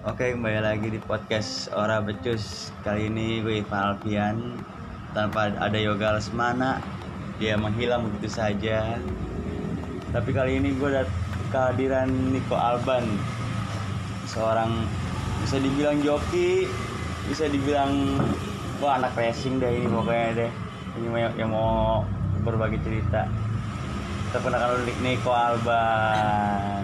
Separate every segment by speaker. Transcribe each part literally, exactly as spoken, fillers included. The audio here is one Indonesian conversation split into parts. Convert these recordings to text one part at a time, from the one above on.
Speaker 1: Oke, kembali lagi di podcast Ora Becus. Kali ini gue Ivan Alfian. Tanpa ada Yoga Lesmana, dia menghilang begitu saja. Tapi kali ini gue ada kehadiran Nico Alban, seorang bisa dibilang joki, bisa dibilang wah anak racing deh ini pokoknya deh. Ini yang mau berbagi cerita. Kita kenalkan dulu Nico Alban.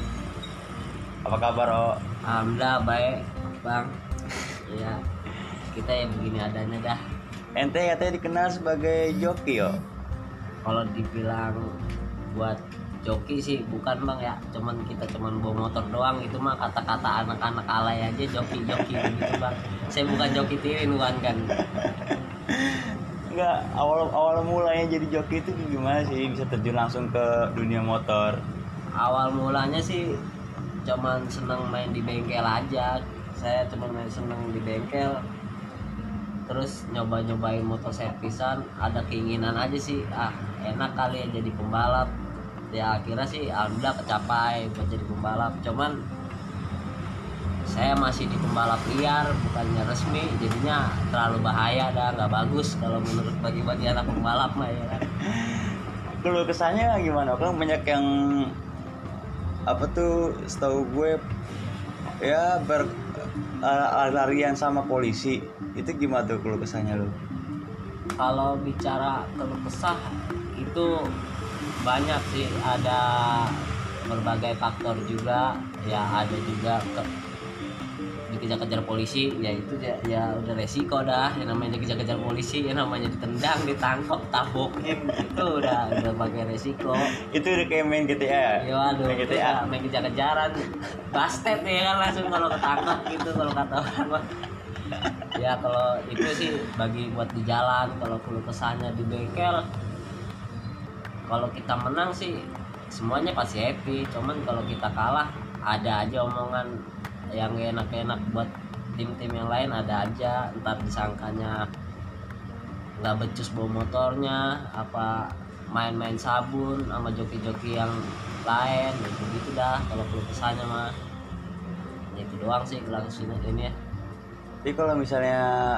Speaker 1: Apa kabar, O?
Speaker 2: Alhamdulillah baik bang. Ya kita yang begini adanya dah.
Speaker 1: Ente katanya dikenal sebagai joki, yo.
Speaker 2: Kalau dibilang buat joki sih bukan bang ya, cuman kita cuman bawa motor doang, itu mah kata-kata anak-anak alay aja joki-joki gitu bang. Saya bukan joki tirin bukan kan.
Speaker 1: Enggak, awal awal mulanya jadi joki itu gimana sih bisa terjun langsung ke dunia motor?
Speaker 2: Awal mulanya sih cuman seneng main di bengkel aja. Saya cuman main seneng di bengkel, terus nyoba-nyobain motor servisan. Ada keinginan aja sih, ah enak kali ya jadi pembalap. Ya akhirnya sih alhamdulillah kecapai buat jadi pembalap. Cuman saya masih di pembalap liar, bukannya resmi, jadinya terlalu bahaya dah, nggak bagus kalau menurut bagi-bagi anak pembalap mah ya.
Speaker 1: Kalau kesannya gimana? Kan banyak yang apa tuh, setahu gue ya ber larian sama polisi. Itu gimana tuh kalau kesannya lo?
Speaker 2: Kalau bicara keluh kesah itu banyak sih, ada berbagai faktor juga ya. Ada juga ke dikejar-kejar polisi, ya itu ya, ya udah resiko dah. Yang namanya dikejar-kejar polisi, yang namanya ditendang, ditangkap, tabokin, itu udah udah bagai resiko.
Speaker 1: Itu udah kayak main G T A.
Speaker 2: Ya waduh,
Speaker 1: main G T A,
Speaker 2: main kejar-kejaran, bastet ya kan, langsung kalau ketangkap gitu kalau kata orang mah. Ya kalau itu sih bagi buat di jalan. Kalau keluh kesahnya di bengkel, kalau kita menang sih semuanya pasti happy. Cuman kalau kita kalah ada aja omongan yang enak-enak buat tim-tim yang lain, ada aja. Ntar disangkanya nggak becus bawa motornya, apa main-main sabun sama joki-joki yang lain gitu gitu dah. Kalau keluh kesahnya mah ya itu doang sih langsung ini ya.
Speaker 1: Jadi kalau misalnya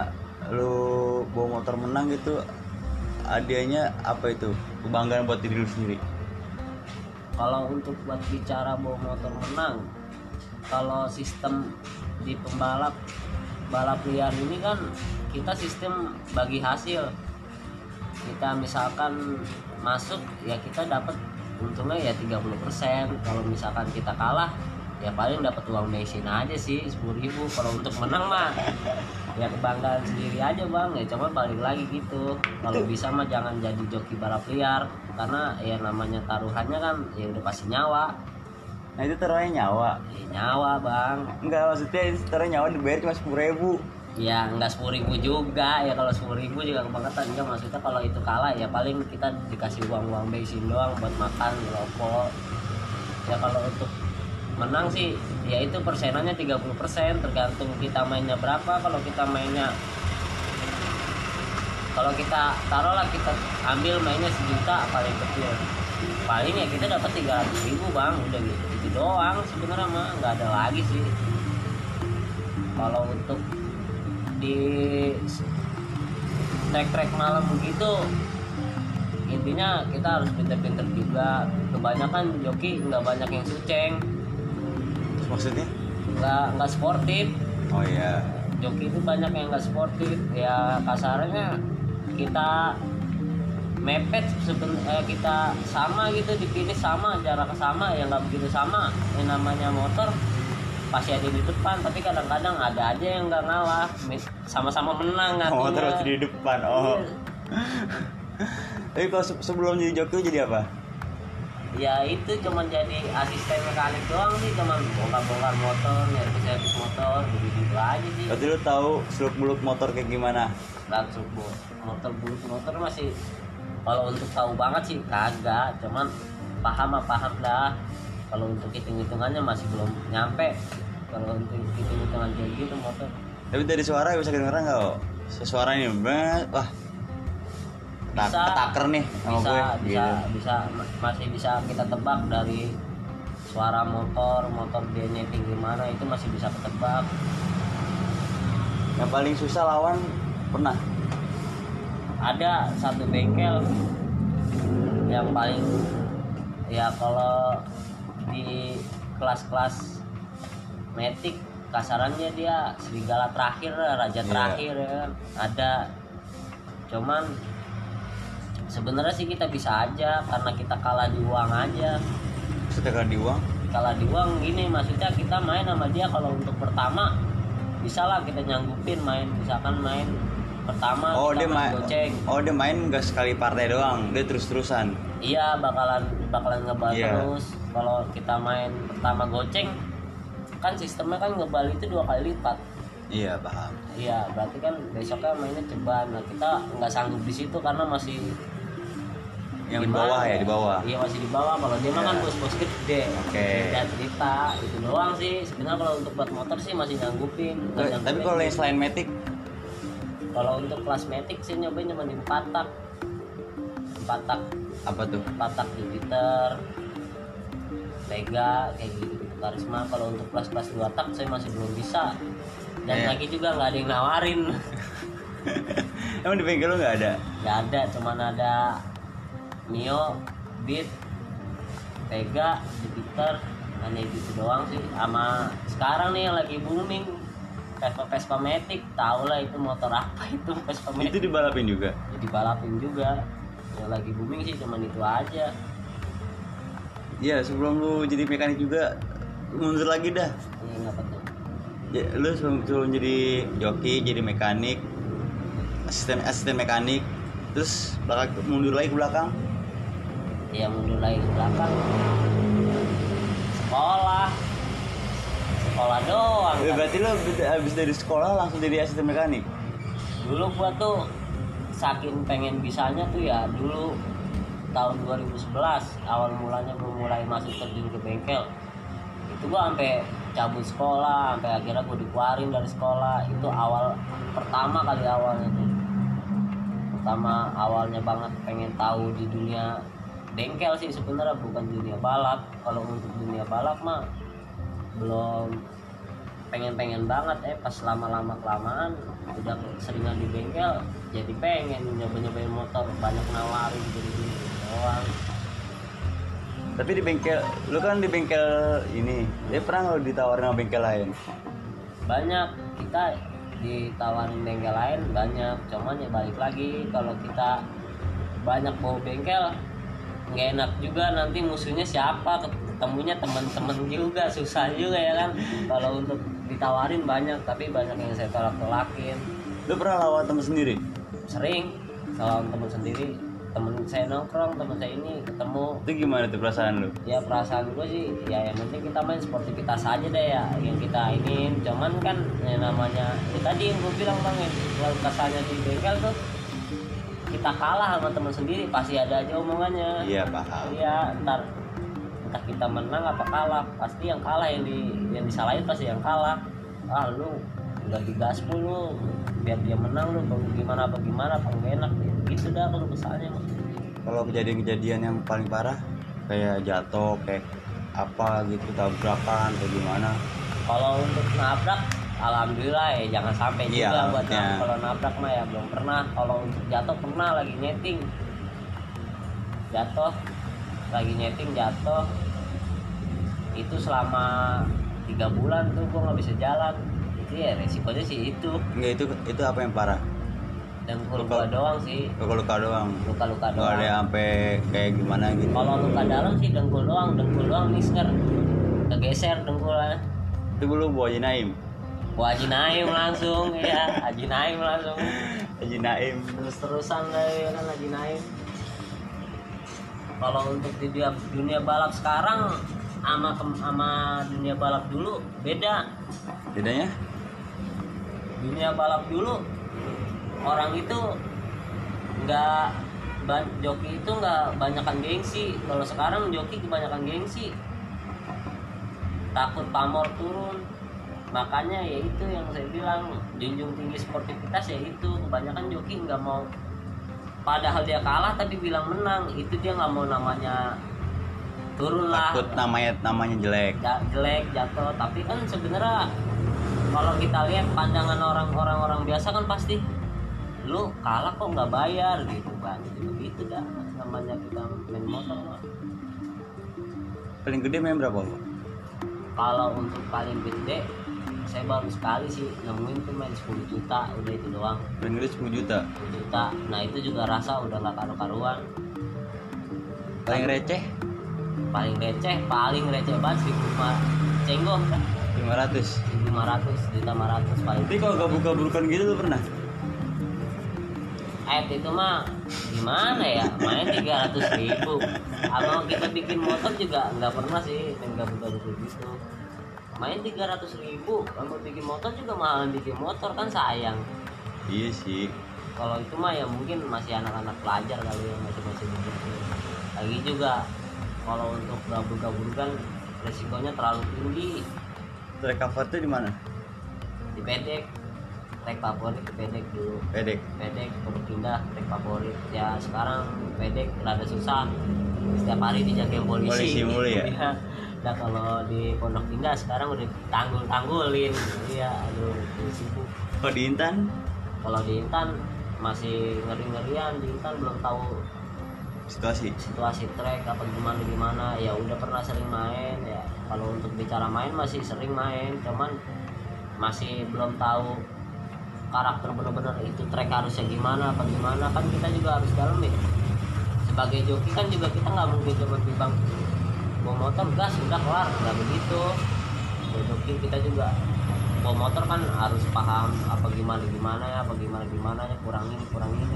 Speaker 1: lu bawa motor menang gitu, hadiahnya apa itu? Kebanggaan buat diri lu sendiri.
Speaker 2: Kalau untuk buat bicara bawa motor menang, kalau sistem di pembalap balap liar ini kan kita sistem bagi hasil. Kita misalkan masuk ya kita dapat untungnya ya tiga puluh persen. Kalau misalkan kita kalah ya paling dapat uang bensin aja sih sepuluh ribu. Kalau untuk menang mah ya kebanggaan sendiri aja bang. Ya cuman balik lagi gitu, kalau bisa mah jangan jadi joki balap liar, karena ya namanya taruhannya kan ya udah pasti nyawa.
Speaker 1: Nah itu taruhnya nyawa.
Speaker 2: Ya, nyawa bang.
Speaker 1: Enggak, maksudnya taruh nyawa dibayar cuma sepuluh ribu.
Speaker 2: Ya enggak sepuluh ribu juga ya, kalau sepuluh ribu juga kebangetan. Enggak, maksudnya kalau itu kalah ya paling kita dikasih uang-uang bensin doang buat makan, rokok. Ya kalau untuk menang sih ya itu persenannya tiga puluh persen, tergantung kita mainnya berapa. Kalau kita mainnya kalau kita taruhlah kita ambil mainnya sejuta paling kecil, paling ya kita dapat tiga ratus ribu bang, udah gitu. Itu doang sebenarnya mah, nggak ada lagi sih. Kalau untuk di trek-trek malam begitu, intinya kita harus pinter-pinter juga. Kebanyakan joki nggak banyak yang suceng.
Speaker 1: Maksudnya?
Speaker 2: Nggak nggak sportif.
Speaker 1: Oh iya.
Speaker 2: Joki itu banyak yang nggak sportif. Ya kasarnya kita mepet sebenarnya, eh, kita sama gitu di finish, sama jarak sama ya, nggak begitu sama. Yang namanya motor pasti ada di depan, tapi kadang-kadang ada aja yang nggak ngalah, sama-sama menang ngakunya.
Speaker 1: Oh terus di depan. Oh. Tapi kalau sebelum jadi joki jadi apa?
Speaker 2: Ya itu cuman jadi asisten mekanik doang sih, cuman bongkar-bongkar motor, servis-servis motor, begitu aja sih.
Speaker 1: Berarti lu tahu seluk-beluk motor kayak gimana?
Speaker 2: Langsung motor buluk motor masih, kalau untuk tahu banget sih kagak, cuman paham mah paham dah. Kalau untuk hitung-hitungannya masih belum nyampe. Kalau untuk hitung-hitungan kayak gitu motor.
Speaker 1: Tapi dari suara bisa kedengeran nggak, kok? Suara nih, wah,
Speaker 2: bisa
Speaker 1: taker nih sama
Speaker 2: bisa
Speaker 1: gue.
Speaker 2: bisa
Speaker 1: Gitu.
Speaker 2: bisa masih bisa kita tebak dari suara motor motor dia nyeting gimana itu masih bisa ketebak.
Speaker 1: Yang paling susah lawan pernah?
Speaker 2: Ada satu bengkel yang paling ya kalau di kelas-kelas metik kasarannya dia serigala terakhir, raja terakhir yeah. ya kan. Ada cuman sebenarnya sih kita bisa aja karena kita kalah di uang aja.
Speaker 1: Setelah di uang?
Speaker 2: Kalah di uang gini maksudnya kita main sama dia kalau untuk pertama bisa lah kita nyanggupin main misalkan main pertama
Speaker 1: oh,
Speaker 2: kita
Speaker 1: dia
Speaker 2: main
Speaker 1: ma-
Speaker 2: goceng.
Speaker 1: Oh dia main gak sekali partai doang, dia terus-terusan.
Speaker 2: Iya bakalan bakalan ngebal
Speaker 1: yeah.
Speaker 2: terus. Kalau kita main pertama goceng kan sistemnya kan ngebal itu dua kali lipat.
Speaker 1: Iya paham.
Speaker 2: Iya berarti kan besoknya mainnya ceban. Nah kita nggak sanggup di situ karena masih
Speaker 1: yang di bawah ya di bawah.
Speaker 2: Iya masih di bawah. Kalau dia mah kan
Speaker 1: yeah.
Speaker 2: bos-bos gede.
Speaker 1: Oke. Okay.
Speaker 2: Beda cerita itu doang sih. Sebenarnya kalau untuk buat motor sih masih nyanggupin.
Speaker 1: Tapi, tapi kalau yang selain Matic?
Speaker 2: Kalau untuk kelas Matic sih nyobain cuma di empat tak. Empat tak.
Speaker 1: Apa tuh?
Speaker 2: Empat tak Jupiter, Vega kayak gitu gitu Karisma. Kalau untuk kelas-kelas dua tak saya masih belum bisa. Dan eh. lagi juga nggak ada yang nawarin.
Speaker 1: Emang di bengkel lo nggak ada?
Speaker 2: Nggak ada, cuman ada Mio, Beat, Vega, Jupiter, hanya gitu doang sih. Sama sekarang nih yang lagi booming Vespa Vespa Matic, tau lah itu motor apa itu Vespa Matic.
Speaker 1: Itu dibalapin juga?
Speaker 2: Ya, dibalapin juga. Yang lagi booming sih cuman itu aja.
Speaker 1: Iya sebelum lu jadi mekanik juga mundur lagi dah.
Speaker 2: Iya nggak betul.
Speaker 1: Ya, lu sebelum, sebelum jadi joki, jadi mekanik, asisten asisten mekanik, terus belakang mundur lagi ke belakang.
Speaker 2: Iya mundur lagi ke belakang. Sekolah, sekolah doang.
Speaker 1: Ya,
Speaker 2: kan?
Speaker 1: berarti lu habis dari sekolah langsung jadi asisten mekanik.
Speaker 2: Dulu gua tuh saking pengen bisanya tuh ya dulu tahun dua ribu sebelas awal mulanya gua mulai masuk terjun ke bengkel. Itu gua sampai cabut sekolah, sampai akhirnya gua dikeluarin dari sekolah. Itu awal pertama kali awalnya tuh. Pertama awalnya banget pengen tahu di dunia bengkel sih sebenarnya bukan dunia balap. Kalau untuk dunia balap mah belum pengen-pengen banget eh pas lama-lama kelamaan udah seringan di bengkel jadi pengen nyoba-nyobain motor banyak nawarin jadi gitu doang.
Speaker 1: Tapi di bengkel, lu kan di bengkel ini, dia pernah nggak ditawarin sama bengkel lain?
Speaker 2: Banyak, kita ditawarin bengkel lain banyak, cuman ya balik lagi kalau kita banyak bawa bengkel nggak enak juga nanti musuhnya siapa, ketemunya teman-teman juga susah juga ya kan. Kalau untuk ditawarin banyak tapi banyak yang saya tolak-tolakin.
Speaker 1: Lu pernah lawan temen sendiri?
Speaker 2: Sering lawan teman sendiri, temen saya nongkrong, temen saya ini ketemu.
Speaker 1: Itu gimana tuh perasaan lu?
Speaker 2: Ya perasaan gue sih ya yang penting kita main sportivitas aja deh ya yang kita ini. Cuman kan yang namanya ya tadi yang gue bilang bang, kalau kasarnya di bengkel tuh kita kalah sama teman sendiri pasti ada aja omongannya.
Speaker 1: Iya paham.
Speaker 2: Iya ntar entah kita menang apa kalah pasti yang kalah yang di yang disalahin pasti yang kalah. Ah lu udah digaspol lu biar dia menang lu gimana apa gimana apa nggak enak gitu dah kalau kesannya.
Speaker 1: Kalau kejadian-kejadian yang paling parah kayak jatuh kayak apa gitu tabrakan atau gimana?
Speaker 2: Kalau untuk nabrak alhamdulillah ya jangan sampai
Speaker 1: iya,
Speaker 2: juga buat
Speaker 1: ya.
Speaker 2: nabrak. Kalau nabrak mah ya belum pernah. Kalau untuk jatuh pernah lagi nyeting jatuh lagi nyeting jatuh itu selama tiga bulan tuh gua nggak bisa jalan. Itu ya resikonya sih itu.
Speaker 1: Enggak, itu itu apa yang parah?
Speaker 2: Dengkul gua doang sih.
Speaker 1: Luka-luka doang.
Speaker 2: Luka-luka doang.
Speaker 1: Nggak ada yang sampai kayak gimana gitu.
Speaker 2: Kalau luka dalam sih dengkul doang, dengkul doang nisker. Kegeser dengkulnya.
Speaker 1: Itu dulu Bu Haji Naim.
Speaker 2: Bu Haji Naim langsung ya, Haji Naim langsung.
Speaker 1: Haji Naim
Speaker 2: Terus-terusan dari kan Haji Naim. Kalau untuk di dunia, dunia balap sekarang sama sama dunia balap dulu beda.
Speaker 1: Bedanya?
Speaker 2: Dunia balap dulu orang itu nggak joki itu nggak banyakan gengsi. Kalau sekarang joki kebanyakan gengsi, takut pamor turun. Makanya ya itu yang saya bilang junjung tinggi sportivitas ya itu. Kebanyakan joki nggak mau, padahal dia kalah tapi bilang menang. Itu dia nggak mau namanya turun lah,
Speaker 1: takut namanya namanya jelek.
Speaker 2: ja- jelek jatuh. Tapi kan sebenarnya kalau kita lihat pandangan orang-orang orang biasa kan pasti lu kalah kok nggak bayar gitu kan, begitu dah namanya kita main motor mah.
Speaker 1: Paling gede main berapa lo?
Speaker 2: Kalau untuk paling gede saya baru sekali sih nemuin tuh main sepuluh juta, udah itu doang.
Speaker 1: Paling gede sepuluh juta.
Speaker 2: sepuluh juta, nah itu juga rasa udah nggak karu-karuan.
Speaker 1: Paling receh
Speaker 2: Paling receh, paling receh banget seribu lima cenggok
Speaker 1: lima ratus.
Speaker 2: seribu lima ratus juta lima ratus paling.
Speaker 1: Tapi kalau gabung-gabungkan gitu lu pernah?
Speaker 2: Eh itu mah gimana ya, main tiga ratus ribu. Kalau kita bikin motor juga nggak pernah sih main gabung-gabung gitu. Main tiga ratus ribu, kalau bikin motor juga mahalan bikin motor kan sayang.
Speaker 1: Iya sih.
Speaker 2: Kalau itu mah ya mungkin masih anak-anak pelajar kali ya, masih masih begitu. Lagi juga kalau untuk gabung-gabung kan resikonya terlalu tinggi.
Speaker 1: Track cover tuh di mana?
Speaker 2: Di pedek, trek favorit di pedek dulu.
Speaker 1: Pedek.
Speaker 2: Pedek baru pindah trek favorit. Ya sekarang pedek rada susah. Setiap hari dijagain polisi.
Speaker 1: Polisi mulu ya?
Speaker 2: Iya. Nah kalau di Pondok Indah sekarang udah tanggul-tanggulin. Iya, aduh sibuk.
Speaker 1: Kalau di Intan
Speaker 2: Kalau di Intan masih ngeri-ngerian, di Intan belum tahu
Speaker 1: situasi.
Speaker 2: situasi trek apa gimana gimana. Ya udah pernah sering main ya. Kalau untuk bicara main masih sering main, cuman masih belum tahu karakter bener-bener itu trek harusnya gimana apa gimana. Kan kita juga harus dalamin. Sebagai joki kan juga kita nggak mungkin coba bang bawa motor gas udah kelar, nggak begitu. Sebagai joki kita juga bawa motor kan harus paham apa gimana gimana ya, apa gimana gimana ya, kurang ini kurang ini.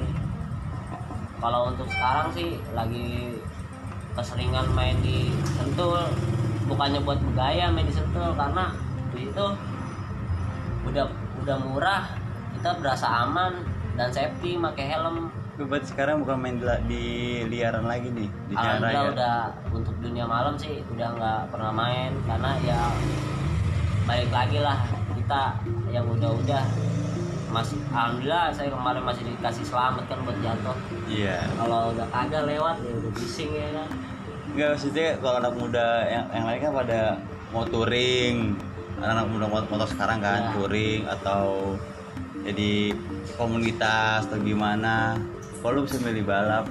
Speaker 2: Kalau untuk sekarang sih lagi keseringan main di Sentul, bukannya buat bergaya main di Sentul, karena di itu udah udah murah, kita berasa aman dan safety, pakai helm.
Speaker 1: Buat sekarang bukan main di, di liaran lagi nih di jalan
Speaker 2: Alhamdulillah
Speaker 1: raya.
Speaker 2: udah untuk dunia malam sih udah nggak pernah main, karena ya balik lagi lah kita yang udah-udah masih. Alhamdulillah saya kemarin masih dikasih selamat kan buat jatuh.
Speaker 1: Iya.
Speaker 2: Kalau udah kagak lewat ya udah pusing ya kan.
Speaker 1: Enggak, maksudnya kalau anak muda yang yang lain kan pada mau touring, anak muda motor, motor sekarang kan
Speaker 2: Ya.
Speaker 1: touring atau jadi komunitas atau gimana. Kalau lu bisa milih balap,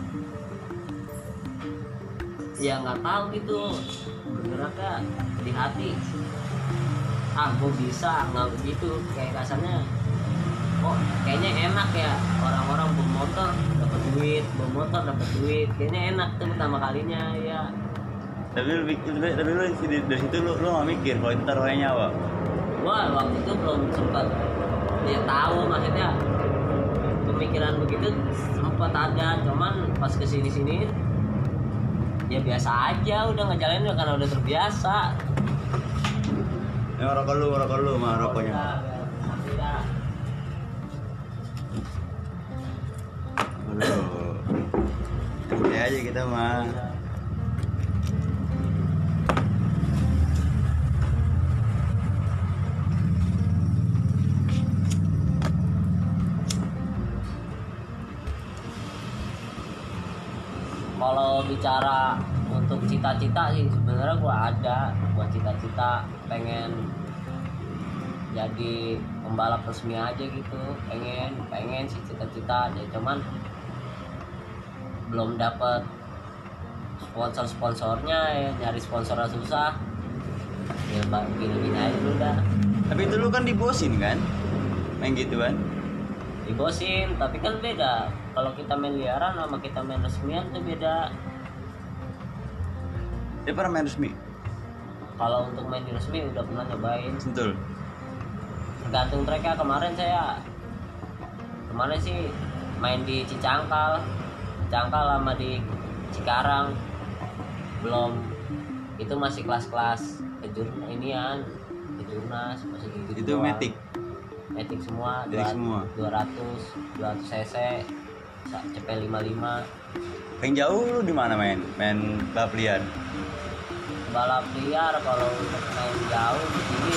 Speaker 2: Ya nggak tahu gitu bergeraknya di hati. Ah gue bisa nggak begitu, kayak kasarnya kok kayaknya enak ya orang-orang bawa motor dapat duit, bawa motor dapat duit, kayaknya enak tuh pertama kalinya ya.
Speaker 1: tapi lu tapi, tapi lu dari, dari situ lu lu nggak mikir kalau itu taruhannya nyawa.
Speaker 2: Wah waktu itu belum sempat dia tahu, maksudnya pemikiran begitu sempat ada, cuman pas kesini sini ya biasa aja, udah ngejalanin karena udah terbiasa.
Speaker 1: Yang rokok lu, rokok lu mah rokoknya.
Speaker 2: Alhamdulillah.
Speaker 1: Aduh. Udah aja kita mah.
Speaker 2: Kalau bicara untuk cita-cita sih sebenarnya gua ada, buat cita-cita pengen jadi pembalap resmi aja gitu, pengen pengen sih cita-cita ya, cuman belum dapet sponsor-sponsornya ya, nyari sponsornya susah ya, gini-gini aja dulu dah.
Speaker 1: Tapi itu lu kan dibosin kan? Main gituan.
Speaker 2: Dibosin, tapi kan beda kalau kita main liaran sama kita main resmian tuh beda.
Speaker 1: Dia pernah main resmi.
Speaker 2: Kalau untuk main di resmi udah pernah nyobain,
Speaker 1: Sentul.
Speaker 2: tergantung treknya. Kemarin saya kemarin sih main di Cicangkal Cicangkal sama di Cikarang, belum, itu masih kelas-kelas kejur inian kejurnas masih gitu.
Speaker 1: Itu Matic.
Speaker 2: Matic semua,
Speaker 1: Matic semua.
Speaker 2: dua ratus dua ratus cc C P lima puluh lima.
Speaker 1: Paling jauh lu di mana main? Main balap liar.
Speaker 2: Balap liar kalau untuk main jauh di sini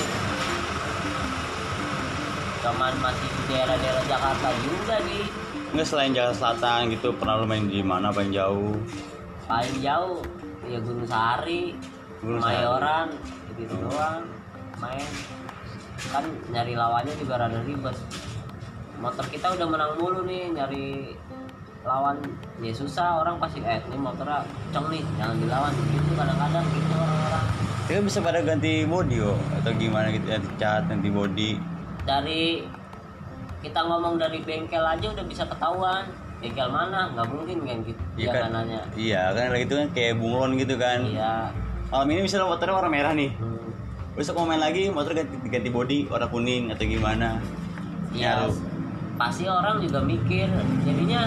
Speaker 2: cuman masih di daerah-daerah Jakarta juga di.
Speaker 1: Enggak, selain Jakarta Selatan gitu, pernah lu main di mana paling jauh?
Speaker 2: Paling jauh ya Gunung Sahari,
Speaker 1: Gunung Sahari.
Speaker 2: Mayoran, gitu doang main. Kan nyari lawannya juga rada ribet. Motor kita udah menang mulu nih, nyari lawan ya susah. Orang pasti eh ini motornya kenceng nih, jangan dilawan gitu. Kadang-kadang gitu orang-orang.
Speaker 1: Kita bisa pada ganti body yo atau gimana gitu, ganti cat, ganti body.
Speaker 2: Dari kita ngomong dari bengkel aja udah bisa ketahuan bengkel mana, nggak mungkin kan gitu.
Speaker 1: Iya
Speaker 2: Jangan
Speaker 1: kan,
Speaker 2: nanya.
Speaker 1: iya kan lagi itu kan kayak bunglon gitu kan.
Speaker 2: Iya.
Speaker 1: Malam ini misalnya motornya warna merah nih,
Speaker 2: Hmm.
Speaker 1: besok mau main lagi motor ganti, ganti body warna kuning atau gimana.
Speaker 2: Iya.
Speaker 1: Nyaru.
Speaker 2: Pasti orang juga mikir, jadinya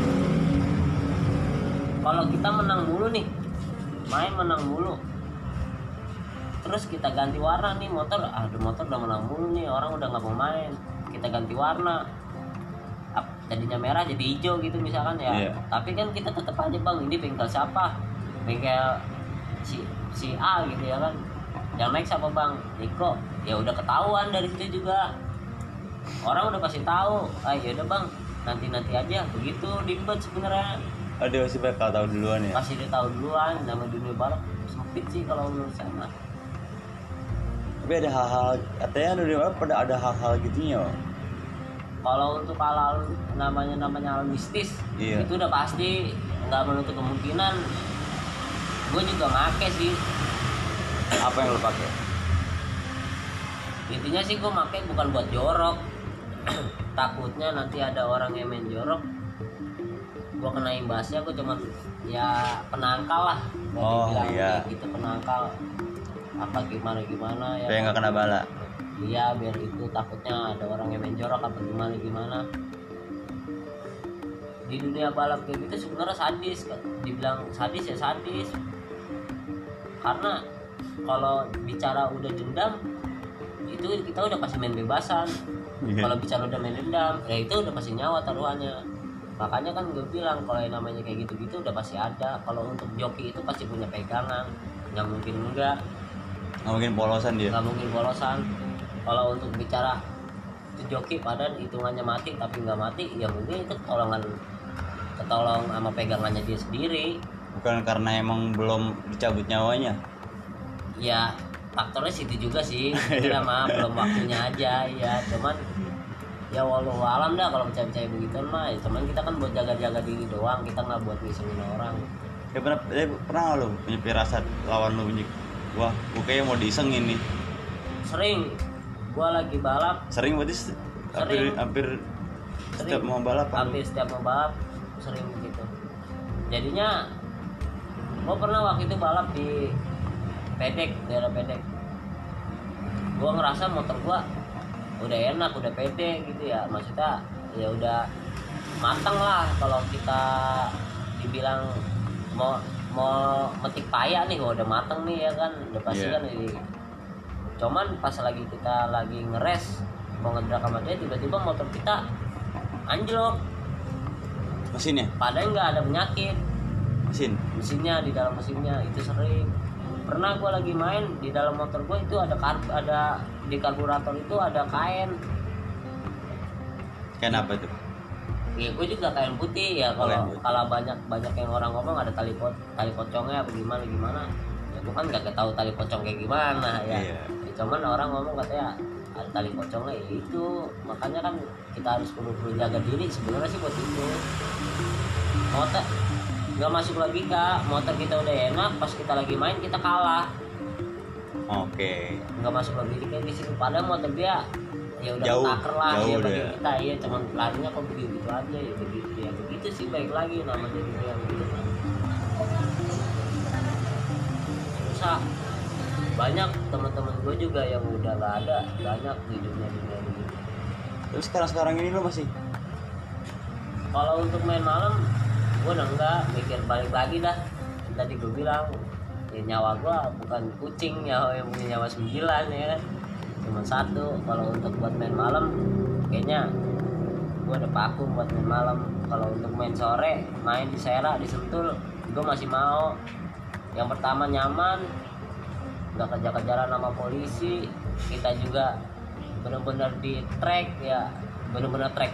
Speaker 2: kalau kita menang mulu nih, main menang mulu, terus kita ganti warna nih motor, aduh motor udah menang mulu nih, orang udah nggak mau main, kita ganti warna, Ap- jadinya merah jadi hijau gitu misalkan ya.
Speaker 1: Iya.
Speaker 2: Tapi kan kita tetap aja bang, ini bengkel siapa, bengkel si si A gitu ya kan, yang naik siapa bang, Niko, ya udah ketahuan dari situ juga. Orang udah pasti tahu, ah ya udah bang, nanti nanti aja begitu ribet sebenarnya.
Speaker 1: Aduh sih bakal tahu duluan ya.
Speaker 2: Pasti dia tahu duluan, nama dunia balap sempit sih kalau menurut saya mah.
Speaker 1: Tapi ada hal-hal, katanya dunia balap pada ada hal-hal gitunya.
Speaker 2: Kalau untuk hal namanya namanya hal mistis,
Speaker 1: Iya.
Speaker 2: itu udah pasti nggak menutup kemungkinan. Gue juga make sih.
Speaker 1: Apa yang lo pakai?
Speaker 2: Intinya sih gue make bukan buat jorok. Takutnya nanti ada orang yang main jorok, gue kena imbasnya. Gue cuma ya penangkal lah. Gak
Speaker 1: Oh,
Speaker 2: dibilang
Speaker 1: iya.
Speaker 2: kayak gitu penangkal. Apa gimana gimana ya.
Speaker 1: Supaya nggak kena bala.
Speaker 2: Iya biar itu takutnya ada orang yang main jorok apa gimana gimana. Di dunia balap kayak gitu sebenarnya sadis kan. Dibilang sadis ya sadis. Karena kalau bicara udah dendam itu kita udah pasti main bebasan.
Speaker 1: Iya.
Speaker 2: Kalau bicara udah main dendam ya itu udah pasti nyawa taruhannya. Makanya kan gue bilang kalau yang namanya kayak gitu-gitu udah pasti ada. Kalau untuk joki itu pasti punya pegangan, nggak mungkin enggak,
Speaker 1: Nggak mungkin polosan dia.
Speaker 2: nggak mungkin bolosan. Kalau untuk bicara itu joki padahal hitungannya mati tapi nggak mati, ya mungkin itu ketolongan ketolong sama pegangannya dia sendiri.
Speaker 1: Bukan karena emang belum dicabut nyawanya.
Speaker 2: Ya faktornya situ juga sih, kita mah belum waktunya aja ya. Cuman ya walau alam dah kalau percaya-percaya begitu mah ya, cuman kita kan buat jaga-jaga diri doang, kita nggak buat ngisengin orang.
Speaker 1: Ya pernah, ya, pernah nggak lo punya firasat lawan lo bunyi, wah gue kayaknya mau disengin nih.
Speaker 2: Sering gua lagi balap,
Speaker 1: Sering berarti se- hampir
Speaker 2: Sering.
Speaker 1: hampir setiap
Speaker 2: Sering.
Speaker 1: mau balap.
Speaker 2: hampir setiap mau balap sering begitu. Jadinya gua pernah waktu itu balap di Pedek, daerah Pedek. Gua ngerasa motor gua udah enak, udah pede gitu ya, maksudnya ya udah matang lah. Kalau kita dibilang mau mau metik paya nih, gua udah mateng nih ya kan, udah pasti
Speaker 1: Iya.
Speaker 2: kan ini. Cuman pas lagi kita lagi ngeres mau ngedrak sama dia, tiba-tiba motor kita anjlok.
Speaker 1: Mesinnya,
Speaker 2: Padahal nggak ada penyakit,
Speaker 1: mesin.
Speaker 2: mesinnya di dalam mesinnya itu sering. Pernah gue lagi main di dalam motor gue itu ada kar ada di karburator itu ada kain.
Speaker 1: Kenapa tuh?
Speaker 2: Ya gue juga kain putih ya.
Speaker 1: Oh, kain
Speaker 2: Kalau
Speaker 1: putih.
Speaker 2: kalau banyak banyak yang orang ngomong ada tali pot tali pocongnya apa gimana gimana. Ya gue kan nggak tahu tali pocong kayak gimana ya.
Speaker 1: Iya.
Speaker 2: Ya, cuman orang ngomong katanya ada tali pocongnya ya itu. Makanya kan kita harus perlu perlu jaga diri sebenarnya sih buat itu. Motor nggak masuk logika, motor kita udah enak, pas kita lagi main kita kalah.
Speaker 1: Oke.
Speaker 2: Nggak masuk logika di situ. Padahal motor dia ya udah
Speaker 1: Jauh,
Speaker 2: taker lah
Speaker 1: jauh
Speaker 2: ya
Speaker 1: udah.
Speaker 2: bagi kita ya, cuman larinya kok begitu aja ya begitu ya begitu sih. Baik lagi namanya juga yang gitu kan susah. Banyak teman-teman gue juga yang udah gak ada, banyak di dunia dunia begitu.
Speaker 1: Terus sekarang sekarang ini lo masih?
Speaker 2: Kalau untuk main malam gue udah enggak mikir balik lagi dah. Tadi gue bilang ya nyawa gue bukan kucing, nyawa yang punya nyawa sembilan ya kan, cuma satu. Kalau untuk buat main malam kayaknya gue ada paku buat main malam. Kalau untuk main sore, main di Sera, di Sentul, gue masih mau. Yang pertama nyaman, nggak kejar-kejaran sama polisi, kita juga benar-benar di track ya, benar-benar track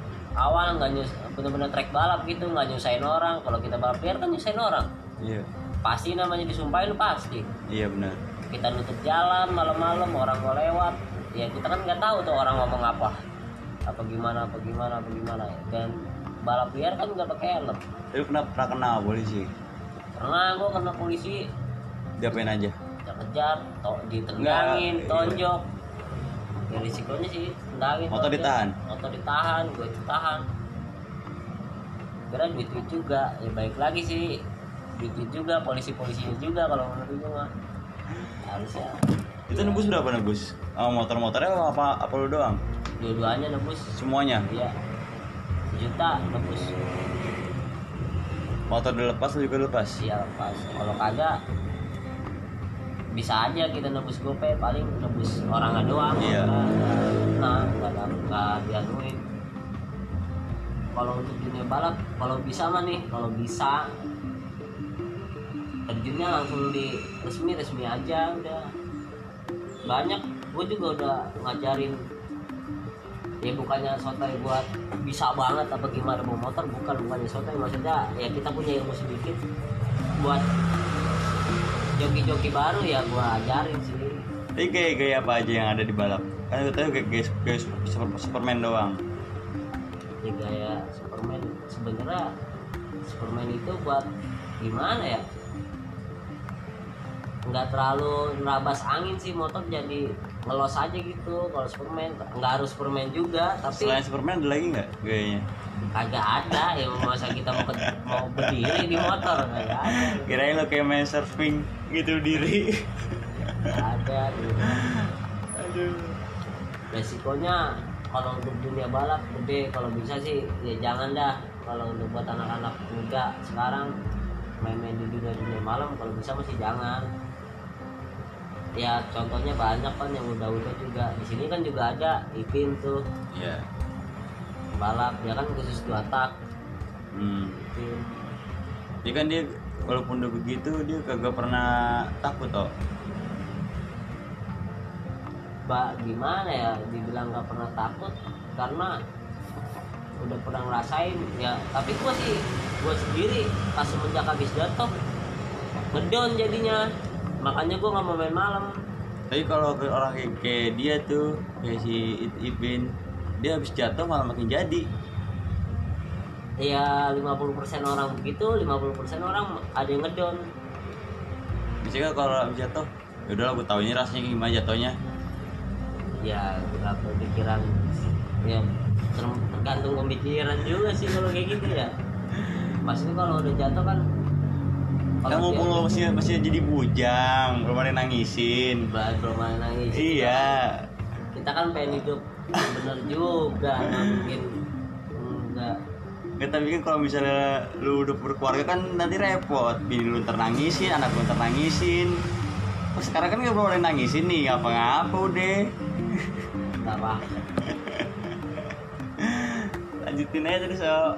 Speaker 2: awal nggak nyus, benar-benar track balap gitu, nggak nyusahin orang. Kalau kita balap liar kan nyusahin orang.
Speaker 1: Iya.
Speaker 2: pasti namanya disumpahin pasti.
Speaker 1: Iya benar.
Speaker 2: Kita nutup jalan malam-malam, orang mau lewat, ya kita kan nggak tahu tuh orang ngomong apa, apa gimana, apa gimana, apa gimana. Dan balap liar kan nggak pakai helm.
Speaker 1: Lu pernah pernah kenal polisi?
Speaker 2: Pernah gua kena polisi.
Speaker 1: Diapain aja?
Speaker 2: Kejar, to ditendangin,
Speaker 1: Nggak,
Speaker 2: tonjok. Ya risikonya sih tendangin.
Speaker 1: Motor
Speaker 2: tonjok.
Speaker 1: ditahan?
Speaker 2: Motor ditahan, gue ditahan. Kira duit-duit juga, ya baik lagi sih. Duit-duit juga, polisi-polisinya juga kalau menurut gue mah. Harusnya.
Speaker 1: Itu nebus berapa nebus? Oh, motor-motornya apa apa lu doang?
Speaker 2: Dua-duanya nebus.
Speaker 1: Semuanya?
Speaker 2: Iya. Sejuta nebus.
Speaker 1: Motor dilepas lu juga lepas?
Speaker 2: Iya pas. Kalau kagak bisa aja kita nebus gope, paling nebus orangnya doang.
Speaker 1: Iya.
Speaker 2: Nah, nggak nggak dianuin. Kalau untuk dunia balap, kalau bisa mah nih, kalau bisa terjunnya langsung di resmi resmi aja udah. Banyak, gue juga udah ngajarin. Ya bukannya sotoy buat bisa banget apa gimana bawa motor, bukan bukannya sotoy, maksudnya ya kita punya ilmu sedikit buat joki-joki baru ya gua ajarin sih.
Speaker 1: Ini gaya-gaya apa aja yang ada di balap? Kan gue tahu gaya, gaya super, Superman doang.
Speaker 2: Ya gaya Superman, sebenarnya Superman itu buat gimana ya? Nggak terlalu nerabas angin sih, motor jadi ngelos aja gitu. Kalau Superman nggak harus Superman juga, tapi
Speaker 1: Selain Superman ada lagi nggak gayanya?
Speaker 2: kagak ada yang masa kita mau ke, mau berdiri di motor kagak ada.
Speaker 1: Kirain lo kayak main surfing gitu diri.
Speaker 2: Nggak ada gitu.
Speaker 1: Aduh.
Speaker 2: Resikonya kalau untuk dunia balap gede, kalau bisa sih ya jangan dah. Kalau untuk buat anak-anak muda sekarang main-main di dunia dunia malam, kalau bisa masih jangan. Ya contohnya banyak kan yang udah-udah juga di sini kan juga ada Ipin tuh.
Speaker 1: Iya. Yeah.
Speaker 2: Balap dia kan khusus dua tak.
Speaker 1: Hmm.
Speaker 2: Ipin.
Speaker 1: Dia kan dia walaupun udah begitu dia kagak pernah takut toh.
Speaker 2: Ba gimana ya dibilang nggak pernah takut karena udah pernah ngerasain ya. Tapi gua sih gua sendiri pas semenjak habis jatuh ngedon jadinya, makanya gua nggak mau main malam.
Speaker 1: Tapi kalau ke orang kayak, kayak dia tuh kayak si Ipin, dia habis jatuh malah makin jadi.
Speaker 2: Ya lima puluh persen orang begitu, lima puluh persen orang ada yang ngedon.
Speaker 1: Biasanya kalau habis jatuh, ya udahlah gue tau ini rasanya gimana jatuhnya.
Speaker 2: Ya berapa pikiran, ya tergantung pemikiran juga sih kalau kayak gitu ya. Maksudnya kalau udah jatuh kan
Speaker 1: Kan mumpung lo masih masih jadi bujang, belum ada yang nangisin.
Speaker 2: belum ada nangis.
Speaker 1: Iya.
Speaker 2: Kita kan pengen hidup bener juga, nggak mungkin enggak.
Speaker 1: Nggak, tapi kan kalau misalnya lu udah berkeluarga kan nanti repot, bini lu ternangisin, anak lu ternangisin. Oh, sekarang kan nggak boleh nangisin nih, ngapa-ngapa udah.
Speaker 2: Nggak apa.
Speaker 1: Lanjutin aja terus. So.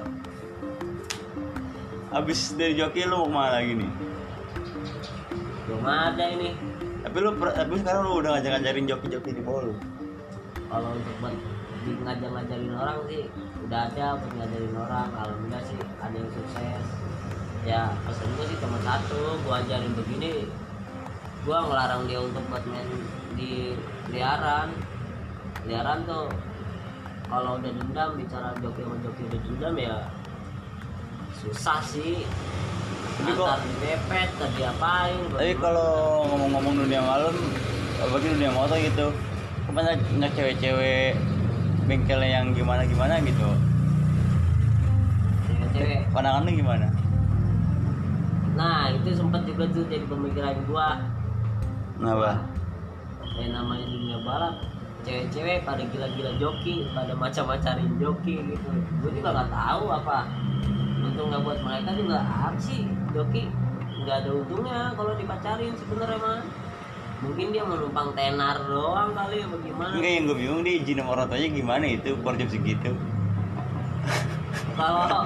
Speaker 1: Abis dari joki lu mau kemana lagi nih?
Speaker 2: Belum ada ini.
Speaker 1: Tapi lu tapi sekarang lu udah ngajar-ngajarin joki-joki di bawah lu.
Speaker 2: Kalau untuk buat di ngajar-ngajarin orang sih udah ada buat ngajarin orang. Alhamdulillah sih ada yang sukses. Ya pesan gue sih cuma satu, gua ajarin begini, gua ngelarang dia untuk buat main di liaran. Liaran tuh kalau udah dendam, bicara joki sama joki udah dendam ya susah sih.
Speaker 1: Tapi kok
Speaker 2: antar dipepet, ntar diapain.
Speaker 1: tapi kalau ngomong-ngomong dunia malam, apalagi dunia motor gitu, kemana nggak cewek-cewek bengkelnya yang gimana-gimana gitu?
Speaker 2: cewek-cewek.
Speaker 1: Pandangan lu gimana?
Speaker 2: Nah itu sempat juga tuh jadi pemikiran gua.
Speaker 1: Kenapa?
Speaker 2: Kayak namanya dunia balap, cewek-cewek pada gila-gila joki, pada macam-macarin joki gitu. Gue juga nggak tahu apa. Untung nggak buat mereka juga apa sih joki, nggak ada untungnya kalau dipacarin sebenarnya mah. Mungkin dia menumpang tenar doang kali ya bagaimana.
Speaker 1: Enggak, yang gue bingung dia izin sama orang tuanya gimana itu per jam segitu.
Speaker 2: Kalau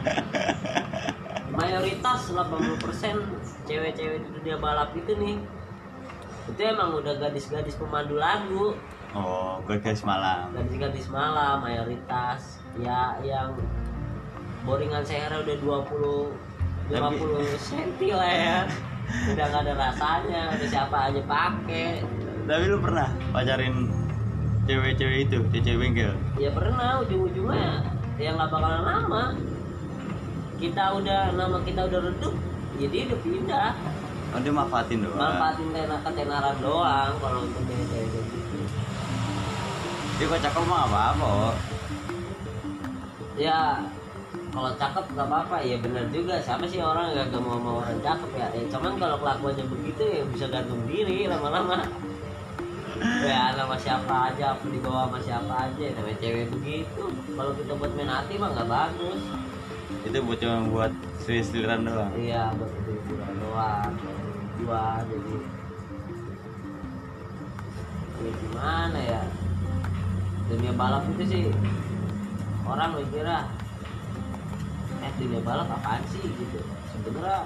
Speaker 2: mayoritas delapan puluh persen cewek-cewek di dunia balap itu nih, itu emang udah gadis-gadis pemandu lagu.
Speaker 1: Oh, gadis malam.
Speaker 2: Gadis-gadis malam mayoritas. Ya yang boringan sehari udah dua puluh lima puluh senti lah ya. Udah nggak ada rasanya, udah siapa aja pakai.
Speaker 1: Tapi lu pernah pacarin cewek-cewek itu, cewek bengkel?
Speaker 2: Ya pernah, ujung-ujungnya ya nggak bakalan lama. Kita udah nama kita udah redup, jadi udah pindah.
Speaker 1: Oh dia manfaatin doang.
Speaker 2: Manfaatin tenar ketenaran doang kalau untuk cewek-cewek gitu.
Speaker 1: Dia kok cakep mah apa-apa. Oh.
Speaker 2: Ya kalau cakep nggak apa-apa, ya benar juga. Siapa sih orang nggak mau sama orang cakep ya? Eh, cuman kalau kelakuannya begitu ya bisa gantung diri lama-lama. Ya nama siapa aja, aku dibawa sama siapa aja, namanya cewek begitu. Kalau kita buat main hati mah nggak bagus.
Speaker 1: Itu buat cuma buat selir-seliran doang.
Speaker 2: Iya, buat selir-seliran doang. Dua jadi. Ini gimana ya? Dunia balap itu sih orang mikirnya eh dunia balap apaan sih gitu. Sebenarnya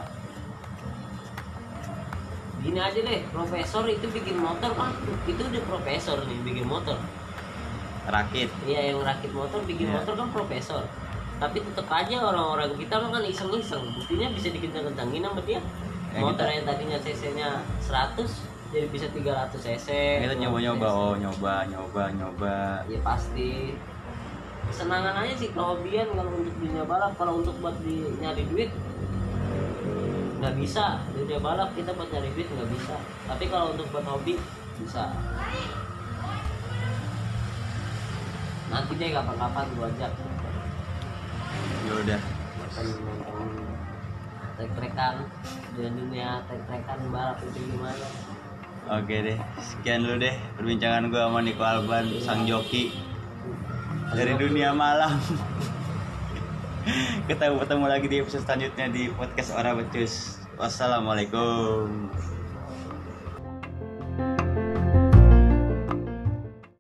Speaker 2: gini aja deh, profesor itu bikin motor kan, itu udah profesor nih bikin motor.
Speaker 1: Rakit.
Speaker 2: Iya yang rakit motor bikin
Speaker 1: Yeah.
Speaker 2: motor kan profesor. Tapi tetap aja orang-orang kita kan iseng-iseng, buktinya bisa dikencang-kencangin sama dia.
Speaker 1: Ya,
Speaker 2: Motor
Speaker 1: kita-
Speaker 2: yang tadinya cc-nya seratus jadi bisa tiga ratus cc.
Speaker 1: Kita nyoba-nyoba, oh nyoba, nyoba, nyoba.
Speaker 2: Ya pasti. Kesenangan aja sih kehobian kalau untuk dunia balap. Kalau untuk buat di, nyari duit nggak bisa. Dunia balap kita buat nyari duit nggak bisa. Tapi kalau untuk buat hobi bisa. Nanti deh kapan-kapan gua ajak.
Speaker 1: Ya udah.
Speaker 2: Nonton trek-trekan di dunia trek-trekan balap itu gimana?
Speaker 1: Oke deh, sekian dulu deh perbincangan gue sama Niko Alban, sang joki dari dunia malam. Kita ketemu lagi di episode selanjutnya di podcast Ora Becus. Wassalamualaikum.